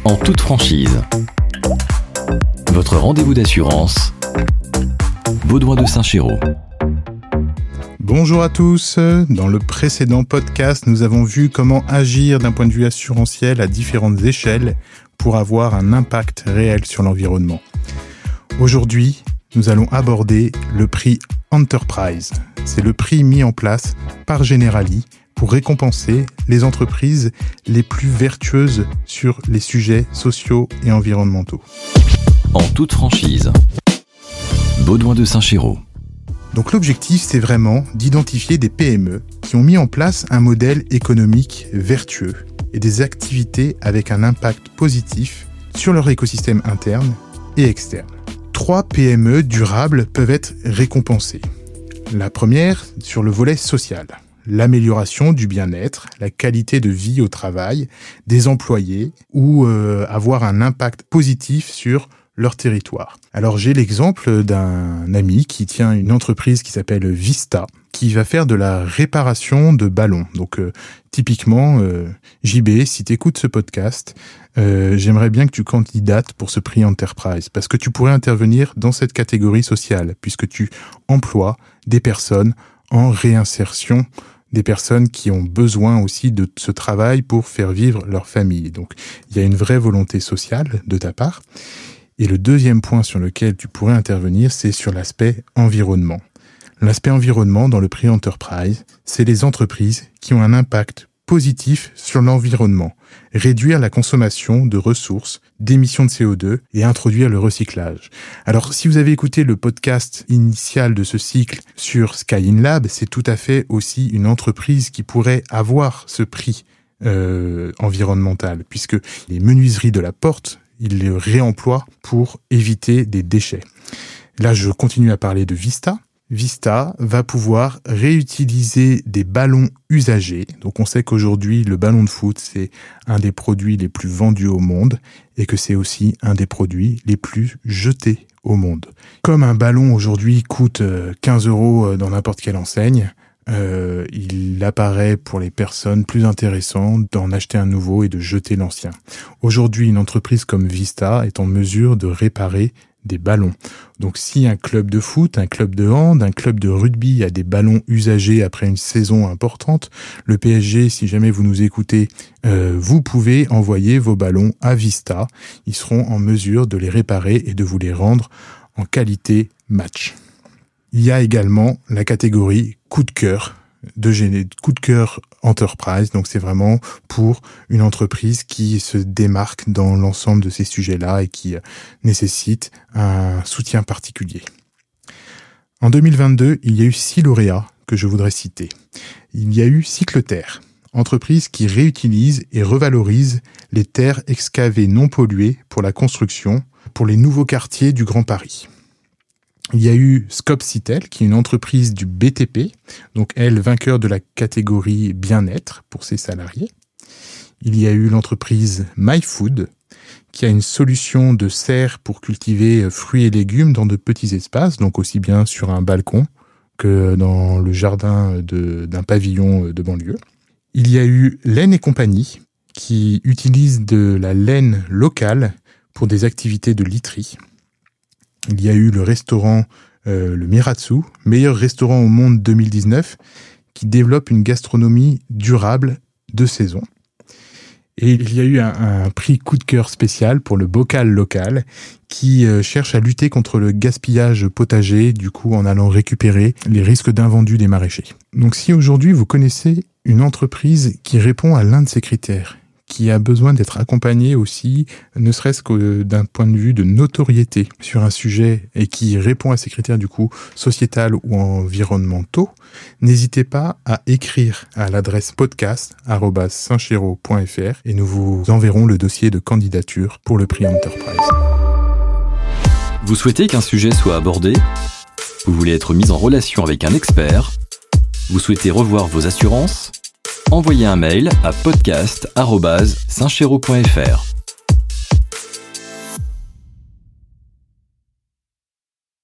En toute franchise. Votre rendez-vous d'assurance. Baudouin de Saint-Chéraud. Bonjour à tous. Dans le précédent podcast, nous avons vu comment agir d'un point de vue assurantiel à différentes échelles pour avoir un impact réel sur l'environnement. Aujourd'hui, nous allons aborder le prix Enterprise. C'est le prix mis en place par Generali pour récompenser les entreprises les plus vertueuses sur les sujets sociaux et environnementaux. En toute franchise. Baudouin de Saint-Chéraud. Donc l'objectif, c'est vraiment d'identifier des PME qui ont mis en place un modèle économique vertueux et des activités avec un impact positif sur leur écosystème interne et externe. 3 PME durables peuvent être récompensées. La première, sur le volet social. L'amélioration du bien-être, la qualité de vie au travail des employés ou avoir un impact positif sur leur territoire. Alors j'ai l'exemple d'un ami qui tient une entreprise qui s'appelle Vista, qui va faire de la réparation de ballons. Donc typiquement, JB, si tu écoutes ce podcast, j'aimerais bien que tu candidates pour ce prix Enterprise, parce que tu pourrais intervenir dans cette catégorie sociale, puisque tu emploies des personnes en réinsertion, des personnes qui ont besoin aussi de ce travail pour faire vivre leur famille. Donc il y a une vraie volonté sociale de ta part. Et le deuxième point sur lequel tu pourrais intervenir, c'est sur l'aspect environnement. L'aspect environnement dans le prix Enterprise, c'est les entreprises qui ont un impact positif sur l'environnement, réduire la consommation de ressources, d'émissions de CO2 et introduire le recyclage. Alors, si vous avez écouté le podcast initial de ce cycle sur Sky In Lab, c'est tout à fait aussi une entreprise qui pourrait avoir ce prix environnemental, puisque les menuiseries de la porte, ils les réemploient pour éviter des déchets. Là, je continue à parler de Vista. Vista va pouvoir réutiliser des ballons usagés. Donc on sait qu'aujourd'hui, le ballon de foot, c'est un des produits les plus vendus au monde et que c'est aussi un des produits les plus jetés au monde. Comme un ballon aujourd'hui coûte 15 € dans n'importe quelle enseigne, il apparaît pour les personnes plus intéressant d'en acheter un nouveau et de jeter l'ancien. Aujourd'hui, une entreprise comme Vista est en mesure de réparer des ballons. Donc si un club de foot, un club de hand, un club de rugby a des ballons usagés après une saison importante, le PSG, si jamais vous nous écoutez, vous pouvez envoyer vos ballons à Vista. Ils seront en mesure de les réparer et de vous les rendre en qualité match. Il y a également la catégorie coup de cœur coup de cœur Enterprise. Donc c'est vraiment pour une entreprise qui se démarque dans l'ensemble de ces sujets-là et qui nécessite un soutien particulier. En 2022, il y a eu 6 lauréats que je voudrais citer. Il y a eu Cycleterre, entreprise qui réutilise et revalorise les terres excavées non polluées pour la construction pour les nouveaux quartiers du Grand Paris. Il y a eu Scopsitel, qui est une entreprise du BTP, donc elle, vainqueur de la catégorie bien-être pour ses salariés. Il y a eu l'entreprise MyFood, qui a une solution de serre pour cultiver fruits et légumes dans de petits espaces, donc aussi bien sur un balcon que dans le jardin d'un pavillon de banlieue. Il y a eu Laine et Compagnie, qui utilise de la laine locale pour des activités de literie. Il y a eu le restaurant le Miratsu, meilleur restaurant au monde 2019, qui développe une gastronomie durable de saison. Et il y a eu un prix coup de cœur spécial pour le bocal local, qui cherche à lutter contre le gaspillage potager, du coup en allant récupérer les risques d'invendus des maraîchers. Donc si aujourd'hui vous connaissez une entreprise qui répond à l'un de ces critères, qui a besoin d'être accompagné aussi, ne serait-ce que d'un point de vue de notoriété sur un sujet et qui répond à ces critères du coup sociétal ou environnementaux, n'hésitez pas à écrire à l'adresse podcast@saintchéraud.fr et nous vous enverrons le dossier de candidature pour le prix Enterprise. Vous souhaitez qu'un sujet soit abordé ? Vous voulez être mis en relation avec un expert ? Vous souhaitez revoir vos assurances ? Envoyez un mail à podcast@saintchéraud.fr.